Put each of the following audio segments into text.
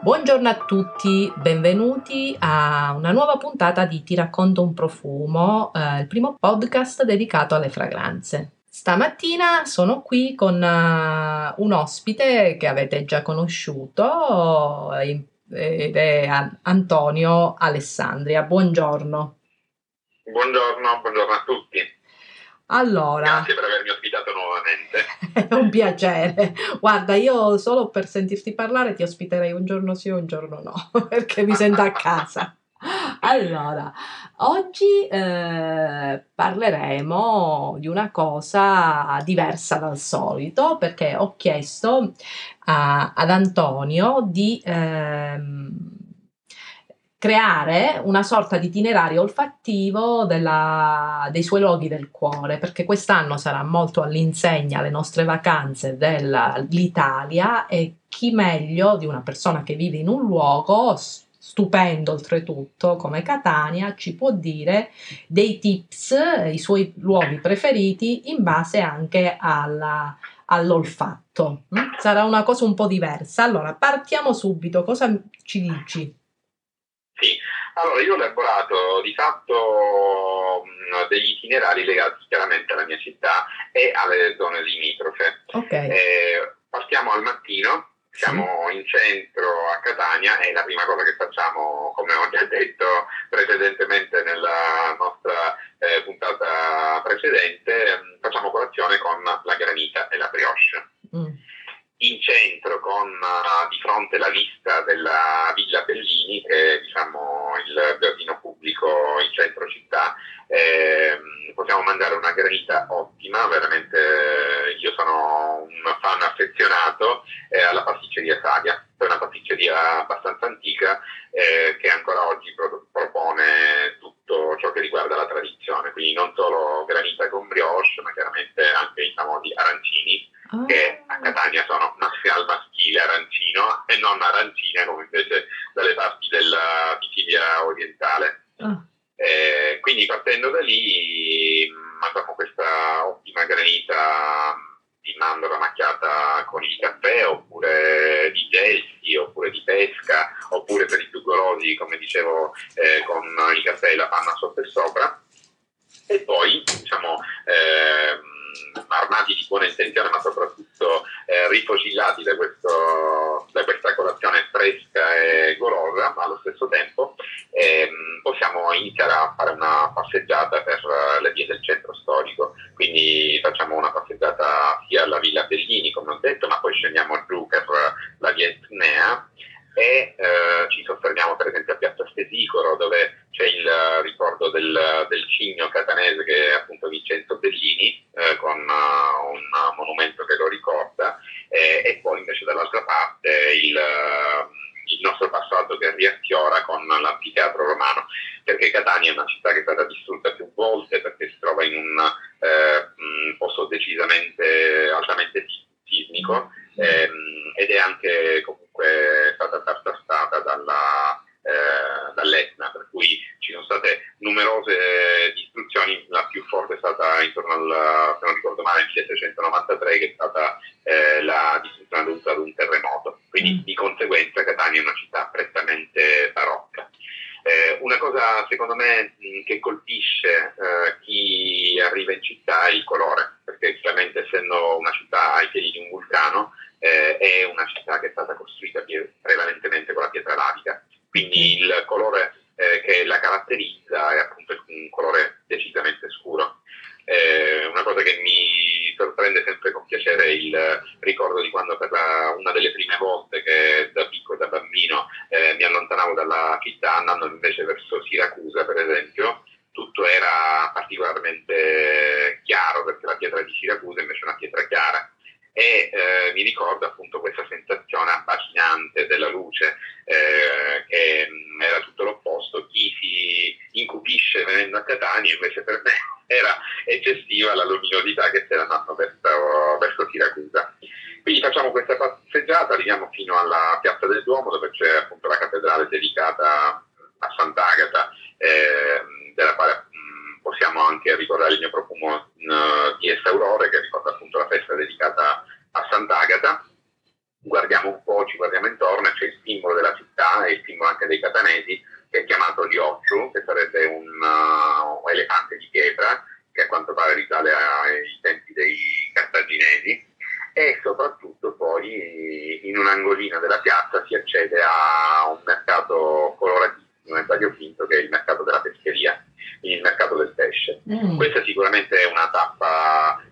Buongiorno a tutti, benvenuti a una nuova puntata di Ti racconto un profumo, il primo podcast dedicato alle fragranze. Stamattina sono qui con un ospite che avete già conosciuto ed è Antonio Alessandria. Buongiorno. Buongiorno a tutti. Allora, Grazie per avermi ospitato nuovamente. è un piacere. Guarda, io solo per sentirti parlare ti ospiterei un giorno sì e un giorno no, perché mi sento a casa. Allora, oggi parleremo di una cosa diversa dal solito, perché ho chiesto ad Antonio di creare una sorta di itinerario olfattivo dei suoi luoghi del cuore, perché quest'anno sarà molto all'insegna alle nostre vacanze dell'Italia e chi meglio di una persona che vive in un luogo stupendo oltretutto come Catania ci può dire dei tips, i suoi luoghi preferiti in base anche all'olfatto. Sarà una cosa un po' diversa. Allora, partiamo subito. Cosa ci dici? Sì, allora io ho elaborato di fatto degli itinerari legati chiaramente alla mia città e alle zone limitrofe. Ok, Partiamo al mattino, sì. siamo in centro a Catania e la prima cosa che facciamo, come ho già detto precedentemente nella nostra puntata precedente, facciamo colazione con la granita e la brioche. Mm. In centro con di fronte la vista della Villa Bellini, che è diciamo il giardino pubblico in centro città. Possiamo mangiare una granita ottima, veramente io sono un fan affezionato alla pasticceria Sadia, è una pasticceria abbastanza antica che ancora oggi propone tutto ciò che riguarda la tradizione, quindi non solo granita con brioche, ma chiaramente anche i famosi arancini, che a Ah, Catania sono al maschile arancino e non arancine come invece dalle parti della Sicilia orientale. ah, Quindi partendo da lì mangiamo questa ottima granita di mandorla macchiata con il caffè, oppure di gelsi, oppure di pesca, oppure per i più golosi, come dicevo, con il caffè e la panna sotto e sopra. E poi, diciamo, armati di buona intenzione, ma soprattutto rifocillati da questa colazione fresca e golosa allo stesso tempo, possiamo iniziare a fare una passeggiata per le vie del centro storico. Quindi facciamo una passeggiata sia alla Villa Bellini, come ho detto, ma poi scendiamo giù per la via Etnea e ci soffermiamo per esempio a Piazza Stesicoro, dove c'è il ricordo del cigno catanese che è appunto Vincenzo Bellini, con un monumento che lo ricorda, e poi invece dall'altra parte il nostro passato che riaffiora con l'anfiteatro romano, perché Catania è una città che è stata distrutta più volte, perché si trova in un posto decisamente altamente sismico, ed è anche comunque stata tartassata dall'Etna, per cui ci sono state numerose distruzioni. La più forte è stata intorno se non ricordo male, il 793, che è stata la distruzione dovuta ad un terremoto. Quindi mm, di conseguenza Catania è una città prettamente barocca. Una cosa secondo me che colpisce chi arriva in città è il colore, perché chiaramente essendo una città ai piedi di un vulcano, è una città che è stata costruita prevalentemente con la pietra lavica, ok. quindi il colore che la caratterizza è appunto un colore decisamente scuro. Una cosa che mi sorprende sempre con piacere è il ricordo di quando per una delle prime volte che da piccolo, da bambino, mi allontanavo dalla città andando invece verso Siracusa, per esempio. Tutto era particolarmente chiaro, perché la pietra di Siracusa invece è una pietra chiara, e mi ricordo appunto questa sensazione abbacinante della luce, che era tutto l'opposto. Chi si incupisce venendo a Catania invece per me era eccessiva la luminosità che c'era andando verso Siracusa. Quindi facciamo questa passeggiata, arriviamo fino alla Piazza del Duomo, dove c'è appunto la cattedrale dedicata a Sant'Agata, della quale possiamo anche ricordare il mio profumo di Essaurore, che ricorda appunto la festa dedicata a Sant'Agata. Guardiamo un po', ci guardiamo intorno e c'è il simbolo della sicuramente è una tappa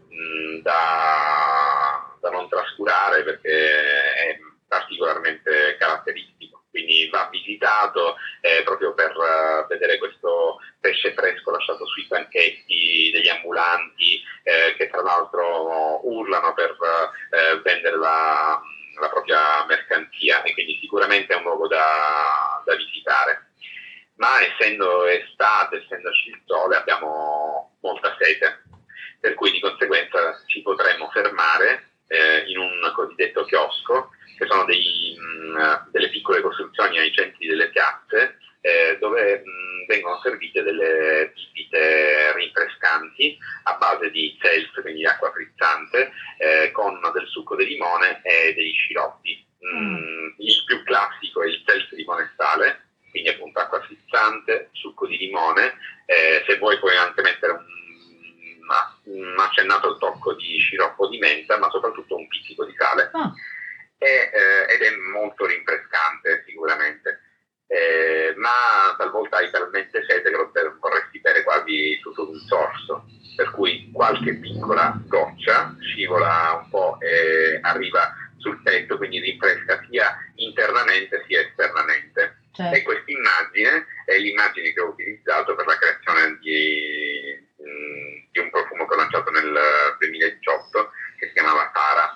da non trascurare, perché è particolarmente caratteristico, quindi va visitato proprio per vedere questo pesce fresco lasciato sui banchetti degli ambulanti, che tra l'altro urlano per vendere la propria mercanzia, e quindi sicuramente è un luogo da visitare. Ma essendo estate, essendoci il sole, abbiamo molta sete, per cui di conseguenza ci potremmo fermare in un cosiddetto chiosco, che sono delle piccole costruzioni ai centri delle piazze, dove vengono servite delle bibite rinfrescanti a base di seltz, quindi acqua frizzante, con del succo di limone e degli sciroppi. Il più classico è il seltz limone e sale, quindi appunto acqua frizzante, succo di limone, se vuoi puoi anche mettere un accennato tocco di sciroppo di menta, ma soprattutto un pizzico di sale. Ed è molto rinfrescante sicuramente, ma talvolta hai talmente sete che vorresti bere quasi tutto un sorso, per cui qualche piccola goccia scivola un po' e arriva sul petto, quindi rinfresca sia internamente sia esternamente. Certo. E questa immagine è l'immagine che ho utilizzato per la creazione di un profumo che ho lanciato nel 2018, che si chiama Fara.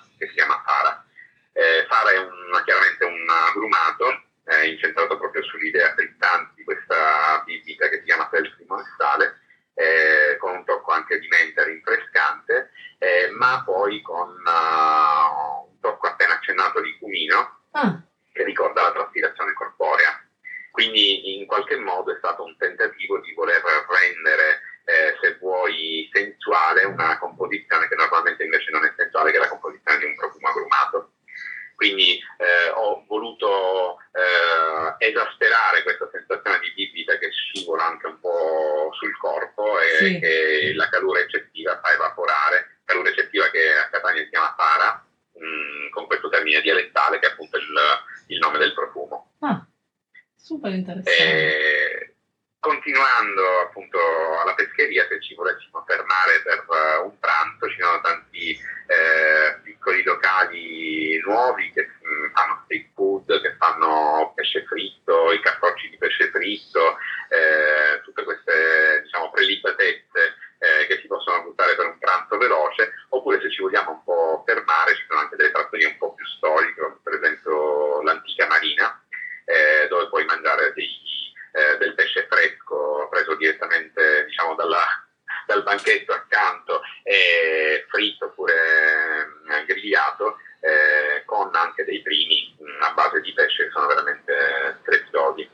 Fara è chiaramente un agrumato incentrato proprio sull'idea frizzante di questa bibita che si chiama seltz limone e sale, con un tocco anche di menta rinfrescante, ma poi con un tocco appena accennato di cumino, che ricorda la traspirazione corporea. Quindi in qualche modo è stato un tentativo di voler rendere, se vuoi, sensuale una composizione che normalmente invece non è sensuale, che è la composizione di un profumo agrumato. Quindi ho voluto esasperare questa sensazione di bibita che scivola anche un po' sul corpo e sì, che la calore eccessiva fa evaporare, calore eccessiva che a Catania si chiama Fara, con questo termine dialettale che è appunto il nome del profumo. Super interessante. Continuando appunto alla pescheria, se ci volessimo fermare per un pranzo, ci sono tanti piccoli locali nuovi che fanno street food, che fanno pesce fritto, i cartocci di pesce fritto, tutte queste, diciamo, prelibatezze che si possono buttare per un pranzo veloce. Oppure, se ci vogliamo un po' fermare, ci sono anche delle trattorie un po' più storiche, come per esempio l'Antica Marina, dove puoi mangiare del pesce fresco preso direttamente, diciamo, dal banchetto accanto, fritto oppure grigliato, con anche dei primi a base di pesce che sono veramente preziosi.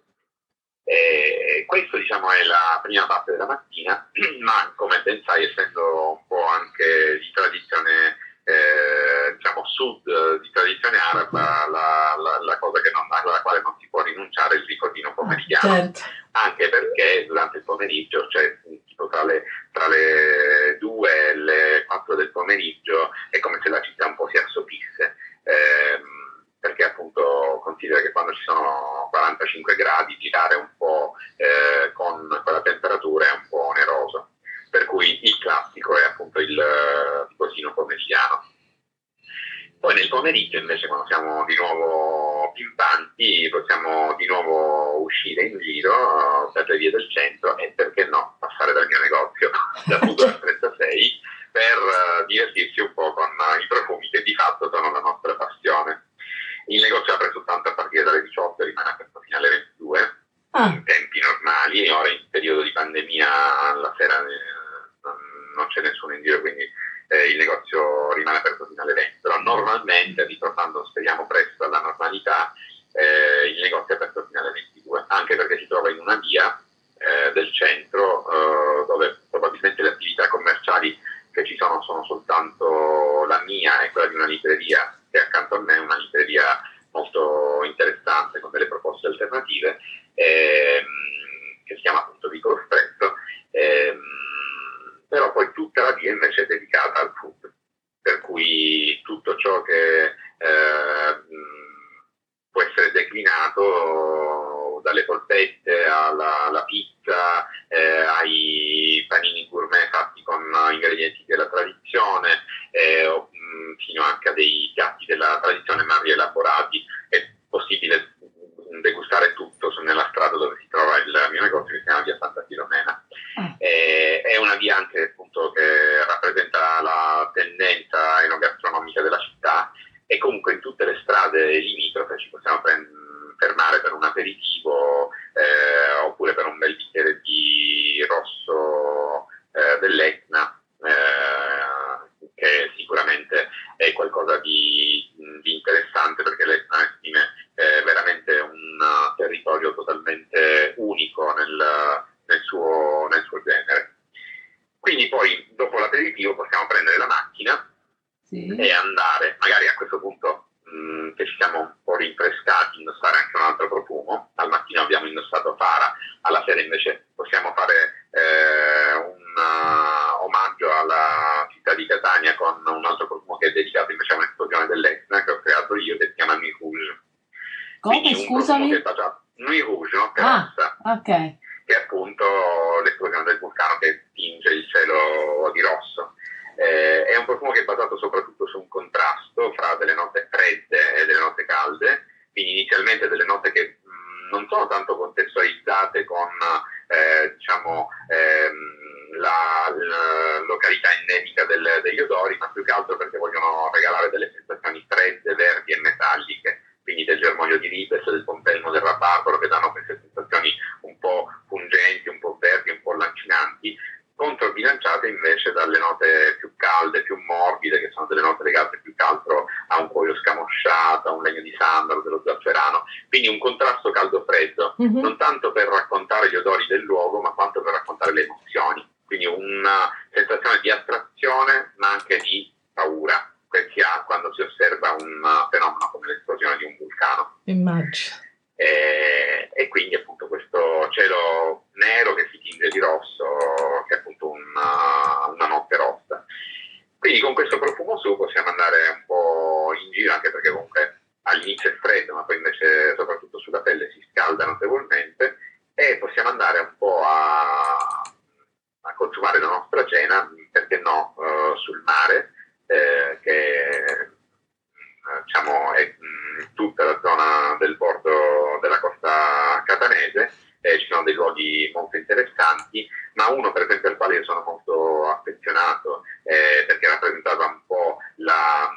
Questo, diciamo, è la prima parte della mattina, ma come ben sai, essendo un po' anche di tradizione diciamo sud, di tradizione araba, la cosa alla quale non si può rinunciare è il ricordino pomeridiano. Certo. Anche perché durante il pomeriggio, cioè tipo tra le 2 e le 4 del pomeriggio, è come se la città un po' si assopisse, perché appunto considera che quando ci sono 45 gradi girare un po' con quella temperatura è un po' oneroso, per cui il classico è appunto il ricordino pomeridiano. Poi nel pomeriggio invece, quando siamo di nuovo pimpanti, possiamo di nuovo uscire in giro per le vie del centro e, perché no, passare dal mio negozio da Futura 36 per divertirci un po' con i profumi che di fatto sono la nostra passione. Il negozio apre soltanto a partire dalle 18 e rimane aperto fino alle 22 in tempi normali. Ora, in periodo di pandemia, la sera non c'è nessuno in giro, quindi il negozio rimane aperto fino alle 20, però normalmente, ritornando speriamo presto alla normalità, il negozio è aperto fino alle 22, anche perché si trova in una via del centro dove probabilmente le attività commerciali che ci sono soltanto la mia e quella di una libreria che accanto a me è una libreria molto interessante con delle proposte alternative, che si chiama appunto Vicolo Stretto. Però poi tutta la via invece è dedicata al food, per cui tutto ciò che può essere declinato dalle polpette alla pizza, ai panini gourmet fatti con ingredienti della tradizione, fino anche a dei piatti della tradizione ma rielaborati. È possibile degustare tutto nella strada dove si trova il mio negozio, che si chiama Via Santa Filomena. È una via anche appunto che rappresenta la tendenza enogastronomica della città, e comunque in tutte le strade limitrofe ci possiamo fermare per un aperitivo, oppure per un bel bicchiere di rosso dell'Etna, che sicuramente è qualcosa di interessante, perché l'Etna esprime veramente un territorio totalmente unico nel suo genere. Quindi poi dopo l'aperitivo possiamo prendere la macchina e andare, magari a questo punto che ci siamo un po' rinfrescati, indossare anche un altro profumo. Al mattino abbiamo indossato Fara, alla sera invece possiamo fare un omaggio alla città di Catania con un altro profumo che è dedicato invece a un'esplosione dell'Etna che ho creato io, che si chiama Nuit Rouge. Come, scusami? Nuit Rouge, no? Che rossa. Ok. Che è appunto l'esplosione del vulcano che tinge il cielo di rosso. È un profumo che è basato soprattutto su un contrasto fra delle note fredde e delle note calde, quindi inizialmente delle note che non sono tanto contestualizzate con la località endemica degli odori, ma più che altro perché vogliono regalare delle sensazioni fredde, verdi e metalliche, quindi del germoglio di ribes, del pompelmo, del rabarbaro, che danno queste sensazioni un po' pungenti, un po' verdi, un po' lancinanti, controbilanciate invece dalle note più calde, più morbide, che sono delle note legate più che altro a un cuoio scamosciato, a un legno di sandalo, dello zafferano, quindi un contrasto caldo-freddo, non tanto per raccontare gli odori del luogo, ma quanto per raccontare le emozioni, quindi una sensazione di attrazione, ma anche di paura, che si ha quando si osserva un fenomeno come l'esplosione di un vulcano. Immagino. E quindi appunto questo cielo nero che si tinge di rosso, che è appunto una notte rossa. Quindi con questo profumo su possiamo andare un po' in giro, anche perché comunque all'inizio è freddo, ma poi invece soprattutto sulla pelle si scalda notevolmente, e possiamo andare un po' a consumare la nostra cena, perché no, sul mare, che diciamo è tutta la zona del bordo della costa catanese. Ci sono dei luoghi molto interessanti, ma uno per esempio al quale io sono molto affezionato, perché rappresentava un po' la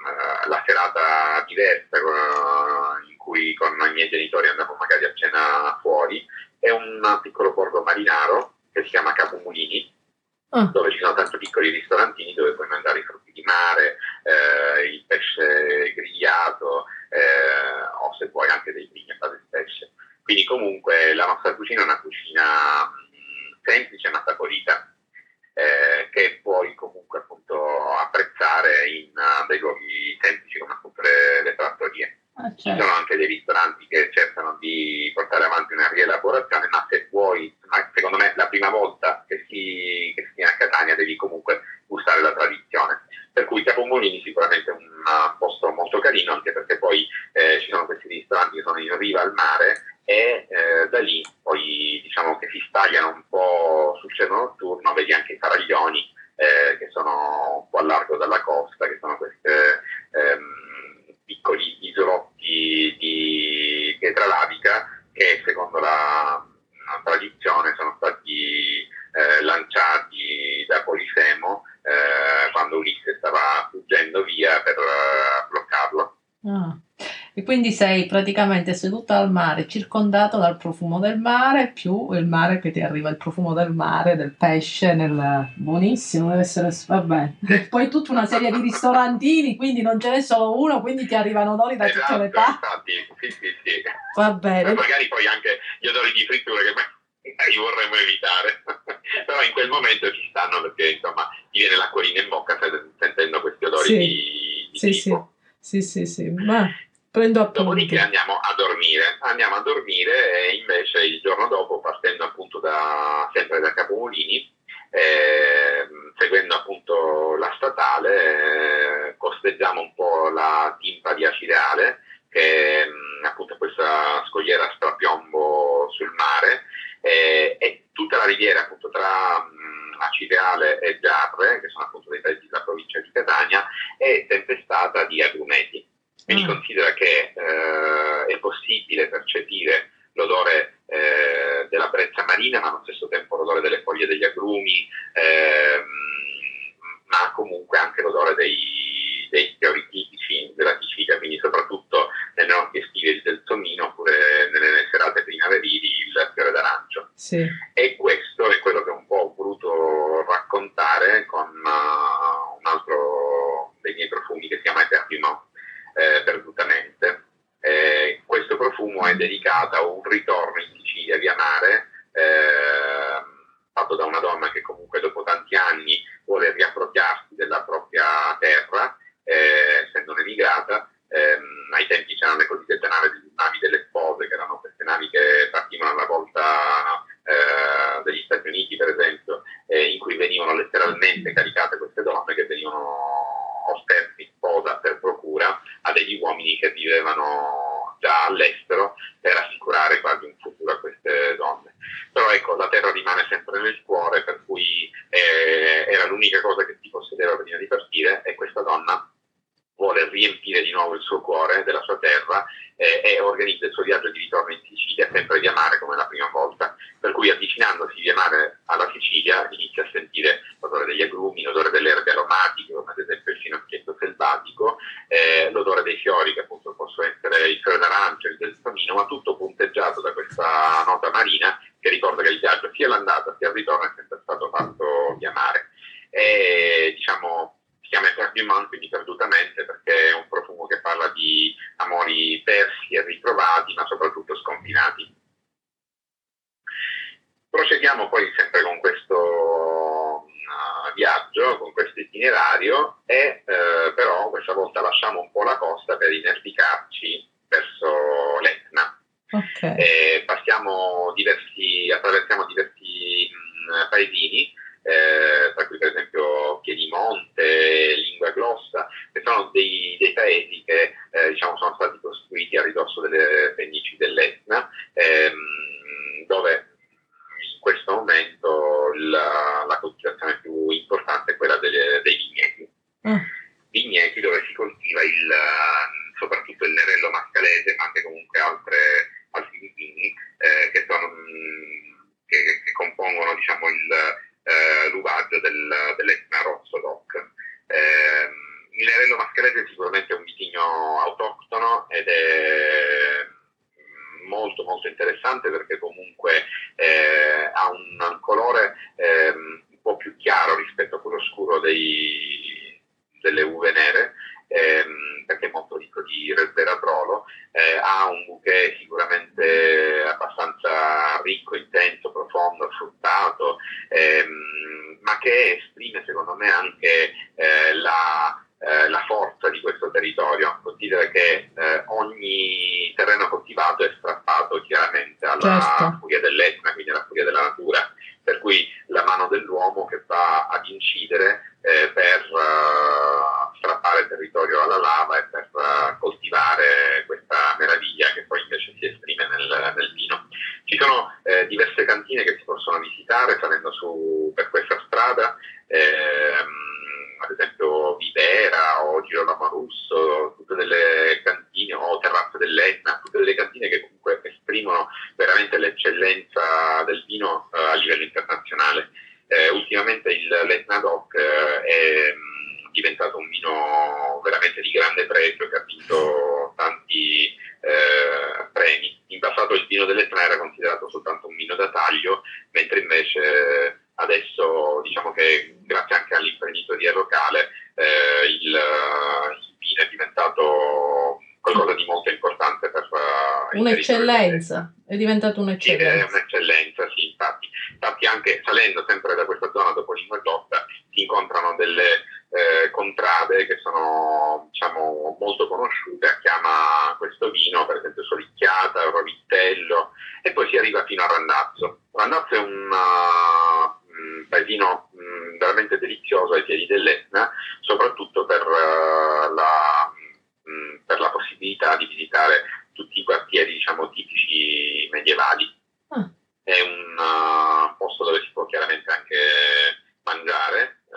serata diversa in cui con i miei genitori andavo magari a cena fuori. È un piccolo borgo marinaro che si chiama Capomulini, dove ci sono tanti piccoli ristorantini dove puoi mangiare i frutti di mare, il pesce grigliato, o se vuoi anche dei primi a base di pesce. Quindi comunque la nostra cucina è una cucina semplice ma saporita, che puoi comunque appunto apprezzare in dei luoghi semplici come appunto le trattorie. Ci sono anche dei ristoranti che cercano di portare avanti una rielaborazione, ma se vuoi, secondo me la prima volta che si viene a Catania devi comunque gustare la tradizione. Per cui Capomolini sicuramente è un posto molto carino, anche perché poi ci sono questi ristoranti che sono in riva al mare, e da lì poi diciamo che si stagliano un po' sul cielo notturno, vedi anche i faraglioni che sono un po' a largo dalla costa, che sono queste piccoli isolotti di pietra lavica che secondo la tradizione sono stati lanciati da Polifemo quando Ulisse stava fuggendo via per bloccarlo. E quindi sei praticamente seduta al mare, circondato dal profumo del mare, più il mare che ti arriva, il profumo del mare, del pesce, buonissimo, deve essere, vabbè. E poi tutta una serie di ristorantini, quindi non ce n'è solo uno, quindi ti arrivano odori da tutte le parti. Infatti, sì. Va bene. Ma magari poi anche gli odori di frittura che magari vorremmo evitare, però in quel momento ci stanno, perché insomma ti viene l'acquolina in bocca sentendo questi odori di tipo. Sì, ma prendo appunti. Dopodiché andiamo a dormire, e invece il giorno dopo, partendo appunto sempre da Capomolini, seguendo appunto la statale, costeggiamo un po' la Timpa di Acireale, che è appunto questa scogliera a strapiombo e Giarre, che sono appunto dei paesi della provincia di Catania, è tempestata di agrumeti. Quindi considera che è possibile percepire l'odore della brezza marina, ma allo stesso tempo l'odore delle foglie degli agrumi, ma comunque anche l'odore dei fiori tipici della Sicilia, quindi soprattutto nelle notti estive del Tomino oppure nelle serate primaverili il fiore d'arancio. Sì. E questo è quello che un po' ho voluto raccontare con un altro dei miei profumi che si chiama Eterno, perdutamente. Questo profumo è dedicato a un ritorno in Sicilia via mare, fatto da una donna che comunque dopo tanti anni vuole riappropriarsi della propria terra, essendo un'emigrata. Ai tempi c'erano le cosiddette navi delle spose, che erano queste navi che partivano alla volta degli Stati Uniti, per esempio, in cui venivano letteralmente caricate queste donne che venivano offerte in sposa per procura a degli uomini che vivevano già all'estero, per assicurare quasi un futuro a queste donne. Però ecco, la terra rimane sempre nel cuore, per cui era l'unica cosa che si possedeva prima di partire, e questa donna vuole riempire di nuovo il suo cuore della sua terra e organizza il suo viaggio di ritorno in Sicilia, sempre via mare come la prima volta, per cui avvicinandosi via mare alla Sicilia inizia a sentire l'odore degli agrumi, l'odore delle erbe aromatiche, come ad esempio il finocchietto selvatico, l'odore dei fiori, che appunto possono essere il fiore d'arancio, il belsomino, ma tutto punteggiato da questa nota marina che ricorda che il viaggio sia l'andata sia il ritorno è sempre stato fatto via mare. E diciamo si chiama Eterno, quindi perdutamente, perché è un profumo che parla di amori persi e ritrovati, ma soprattutto sconfinati. Procediamo poi sempre con questo viaggio, con questo itinerario, e però questa volta lasciamo un po' la costa per inerpicarci verso l'Etna. Okay. Attraversiamo diversi paesini, tra cui per esempio Piedimonte, Lingua Glossa, che sono dei paesi che sono stati costruiti a ridosso delle pendici dell'Etna, dove in questo momento la coltivazione più importante è quella dei vigneti. Vigneti dove si coltiva soprattutto il nerello mascalese, ma anche comunque altri vini che compongono l'uvaggio dell'Etna Rosso DOC. Il nerello mascalese sicuramente è un vitigno autoctono ed è molto molto interessante, perché comunque ha un colore un po' più chiaro rispetto a quello scuro delle uve nere, perché è molto ricco di resveratrolo, ha un bouquet sicuramente abbastanza ricco, intenso, profondo, fruttato, ma che esprime secondo me anche la forza di questo territorio. Considera che ogni terreno coltivato è strappato chiaramente alla furia dell'Etna, quindi alla furia della natura, per cui la mano dell'uomo che va ad incidere per strappare il territorio alla lava e per coltivare questa meraviglia che poi invece si esprime nel vino. Ci sono diverse cantine che si possono visitare salendo su per questa strada, ad esempio Vivera o Girolamo Russo, tutte delle cantine, o Terrazze dell'Etna, tutte delle cantine che comunque esprimono veramente l'eccellenza del vino a livello internazionale. Ultimamente l'Etna DOC è diventato un vino veramente di grande pregio, che ha vinto tanti premi. In passato il vino dell'Etna era considerato soltanto un vino da taglio, mentre invece adesso diciamo che grazie anche all'imprenditoria locale il vino è diventato qualcosa di molto importante per un'eccellenza, è diventato un'eccellenza. Sì, è un'eccellenza, sì, infatti anche salendo sempre da questa zona dopo Lingua Glossa si incontrano delle contrade che sono molto conosciute a chiama questo vino, per esempio Solicchiata, Rovitello, e poi si arriva fino a Randazzo. Randazzo è un paesino veramente delizioso ai piedi dell'Etna, soprattutto per la possibilità di visitare tutti i quartieri tipici medievali. È un posto dove si può chiaramente anche mangiare,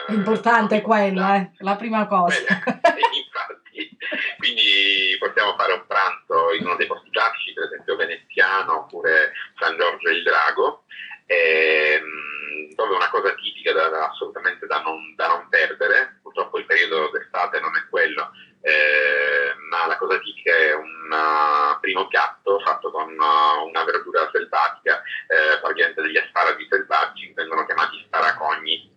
È importante quello, la prima cosa. Infatti, quindi possiamo fare un pranzo in uno dei posti classici, per esempio veneziano oppure San Giorgio il Drago, dove una cosa tipica assolutamente da non perdere, purtroppo il periodo d'estate non è quello, ma la cosa tipica è un primo piatto fatto con una verdura selvatica, praticamente degli asparagi selvaggi, vengono chiamati sparacogni.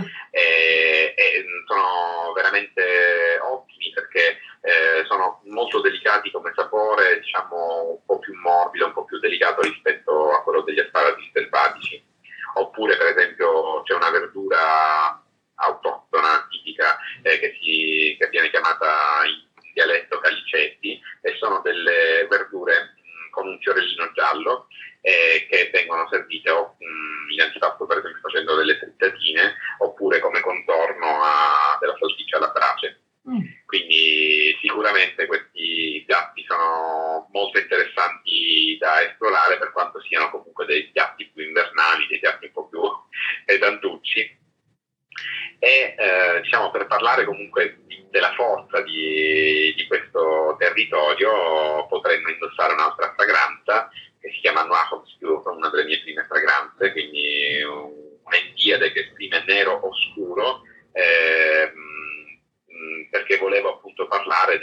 E sono veramente ottimi perché sono molto delicati come sapore, diciamo un po' più morbido, un po' più delicato rispetto a quello degli asparagi selvatici. Oppure per esempio c'è una verdura autoctona tipica che viene chiamata in dialetto calicetti, e sono delle verdure con un fiorellino giallo che vengono servite in antipasto, per esempio facendo delle frittatine, oppure come contorno della salsiccia alla brace. Quindi sicuramente questi piatti sono molto interessanti da esplorare, per quanto siano comunque dei piatti più invernali, dei piatti un po' più pesantucci. E diciamo, per parlare comunque della forza di questo territorio, potremmo indossare un'altra fragranza che si chiama Noir Obscur, una delle mie prime fragranze, quindi un'endiade che esprime nero oscuro, perché volevo appunto parlare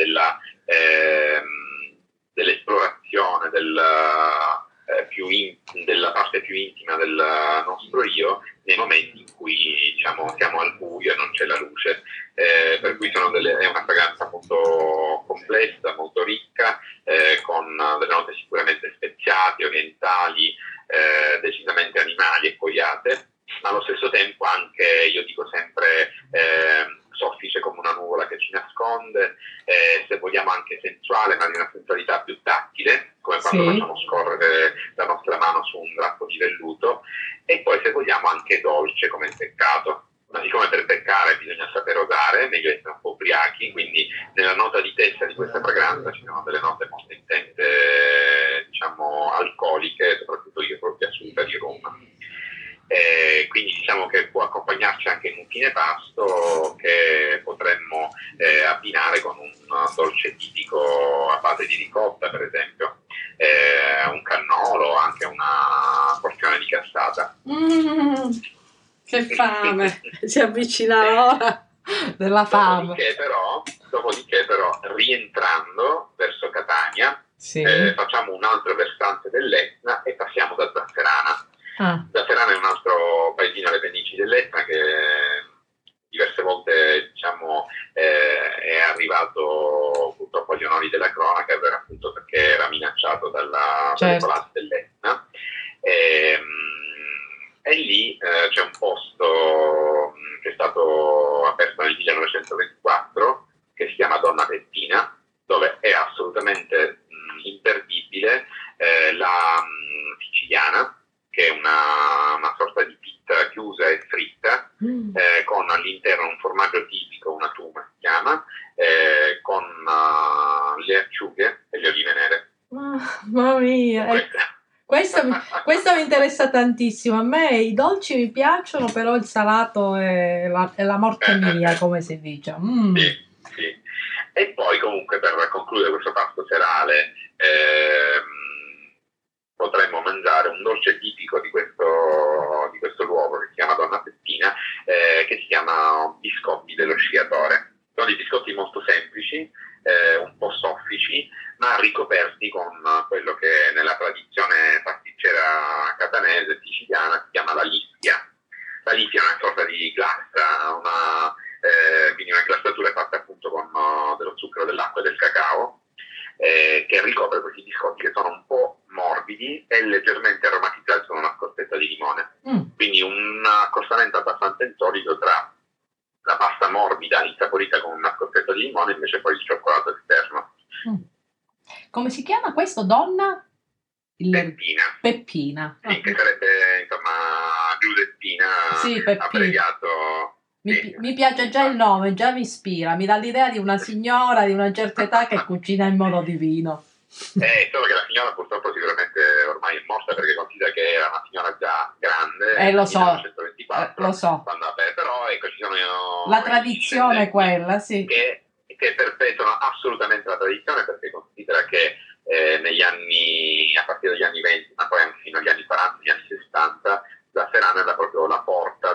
dell'esplorazione della parte più intima del nostro io, nei momenti in cui diciamo siamo al buio e non c'è la luce, per cui è una fragranza molto complessa, molto ricca, con delle note sicuramente speziate, orientali, decisamente animali e coiate, ma allo stesso tempo anche, io dico sempre, soffice come una nuvola che ci nasconde, se vogliamo anche sensuale, ma di una sensualità più tattile, come quando facciamo scorrere la nostra mano su un drappo di velluto, e poi se vogliamo anche dolce come il peccato. Ma siccome per peccare bisogna sapere osare, meglio essere un po' ubriachi, quindi nella nota di testa di questa fragranza ci sono delle note molto intense, diciamo alcoliche, soprattutto io proprio a di rum. Quindi diciamo che può accompagnarci anche in un fine pasto che potremmo abbinare con un dolce tipico a base di ricotta, per esempio, un cannolo, anche una porzione di cassata. Che fame, si avvicina l'ora della fame. Dopodiché però rientrando verso Catania, facciamo un altro versante dell'Etna e passiamo da Zafferana. Zafferana è un altro paesino alle pendici dell'Etna che diverse volte diciamo è arrivato purtroppo agli onori della cronaca, appunto perché era minacciato dalle folate dell'Etna, e lì c'è un posto che è stato aperto nel 1924 che si chiama Donna Peppina, dove è assolutamente imperdibile la siciliana, che è una sorta di pizza chiusa e fritta, con all'interno un formaggio tipico, una tuma si chiama, con le acciughe e le olive nere. Mamma mia! Questo mi interessa tantissimo. A me i dolci mi piacciono, però il salato è la morte mia, come si dice. Sì. E poi comunque per concludere questo pasto serale potremmo mangiare un dolce tipico di questo luogo che si chiama Donna Peppina, che si chiama biscotti dello sciatore. Sono dei biscotti molto semplici, un po' soffici, ma ricoperti con quello che nella tradizione pasticcera catanese siciliana si chiama la liffia. La liffia è una sorta di glassa, quindi una glassatura fatta appunto con dello zucchero, dell'acqua e del cacao, che ricopre questi biscotti che sono un po' morbidi e leggermente aromatizzati con una scortetta di limone. Quindi un accostamento abbastanza insolito tra la pasta morbida insaporita con una scortetta di limone e invece poi il cioccolato esterno. Come si chiama questo, donna? Peppina. Sì, che sarebbe insomma Giuseppina, abbreviato. Mi piace già il nome, già mi ispira, mi dà l'idea di una signora di una certa età che cucina in modo divino. Solo che la signora purtroppo sicuramente ormai è morta, perché considera che era una signora già grande, Lo so, 1924, lo so. però ecco, ci sono la tradizione è quella, sì. che perpetuano assolutamente la tradizione, perché considera che negli anni, a partire dagli anni 20, ma poi anche fino agli anni 40, agli anni 60, la Serrana era proprio la porta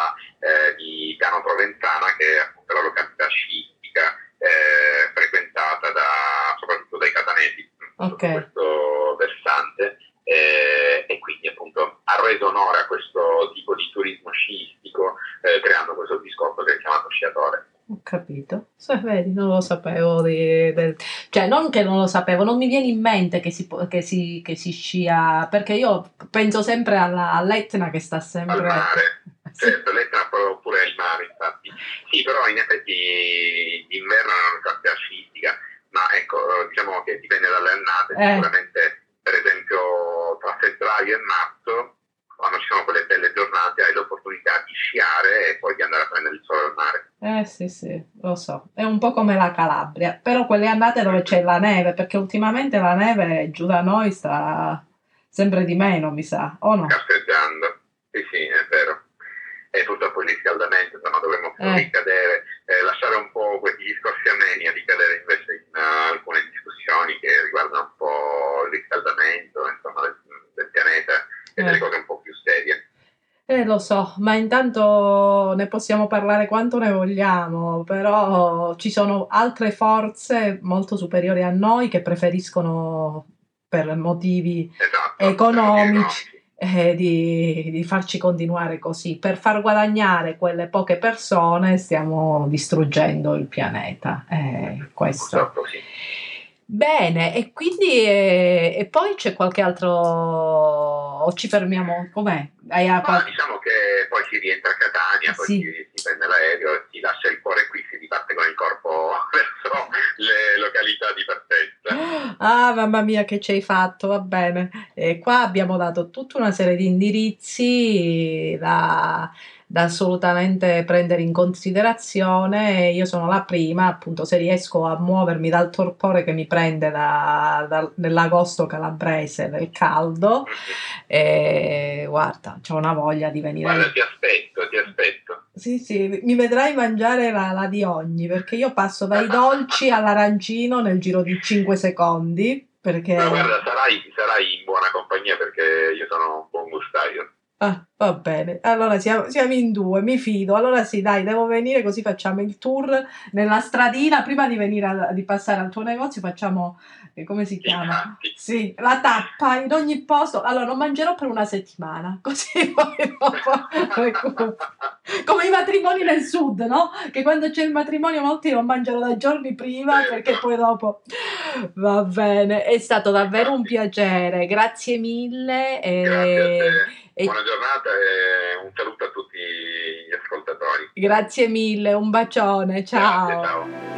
di Piano Provenzana, che è appunto la località sciistica frequentata soprattutto dai catanesi, sotto questo versante, e quindi appunto ha reso onore a questo tipo di turismo sciistico, creando questo discorso che è chiamato sciatore. Ho capito. Vedi, non lo sapevo cioè non che non lo sapevo, non mi viene in mente che si scia, perché io penso sempre all'Etna che sta sempre al mare. Certo, l'Etna oppure al mare, infatti. Sì, però in effetti d'inverno è una località sciistica, ma ecco, diciamo che dipende dalle annate. Sicuramente, per esempio, tra febbraio e marzo, quando ci sono quelle belle giornate, hai l'opportunità di sciare e poi di andare a prendere il sole al mare. Sì, lo so. È un po' come la Calabria, però quelle annate dove c'è la neve, perché ultimamente la neve giù da noi sta sempre di meno, mi sa, o no? Carseggiando. Sì, è vero. E purtroppo il riscaldamento, insomma, dovremmo ricadere, lasciare un po' questi discorsi ameni e ricadere invece in alcune discussioni che riguardano un po' il riscaldamento, insomma, del pianeta e delle cose un po' più serie. Lo so, ma intanto ne possiamo parlare quanto ne vogliamo, però ci sono altre forze molto superiori a noi che preferiscono, per motivi economici, di farci continuare così. Per far guadagnare quelle poche persone stiamo distruggendo il pianeta. Questo. Purtroppo sì. Bene, e quindi e poi c'è qualche altro, o ci fermiamo? Com'è? Diciamo che poi si rientra a Catania, poi si prende l'aereo e si lascia il cuore qui, si riparte con il corpo verso le località di partenza. Ah, mamma mia, che ci hai fatto, va bene. Qua abbiamo dato tutta una serie di indirizzi da assolutamente prendere in considerazione. Io sono la prima, appunto, se riesco a muovermi dal torpore che mi prende nell'agosto calabrese, del caldo, guarda, c'ho una voglia di venire. Guarda, ti aspetto. Sì, mi vedrai mangiare la di ogni, perché io passo dai dolci all'arancino nel giro di 5 secondi. Perché... Ma guarda, sarai in buona compagnia, perché io sono un buon gustaio. Ah, va bene, allora siamo in due, mi fido. Allora sì, dai, devo venire, così facciamo il tour nella stradina. Prima di venire di passare al tuo negozio facciamo, come si chiama? Sì, la tappa in ogni posto. Allora non mangerò per una settimana, così poi dopo come i matrimoni nel sud, no? Che quando c'è il matrimonio molti non mangiano da giorni prima, perché poi dopo va bene. È stato davvero un piacere, grazie mille. Grazie a te. Buona giornata e un saluto a tutti gli ascoltatori. Grazie mille, un bacione, ciao. Grazie, ciao.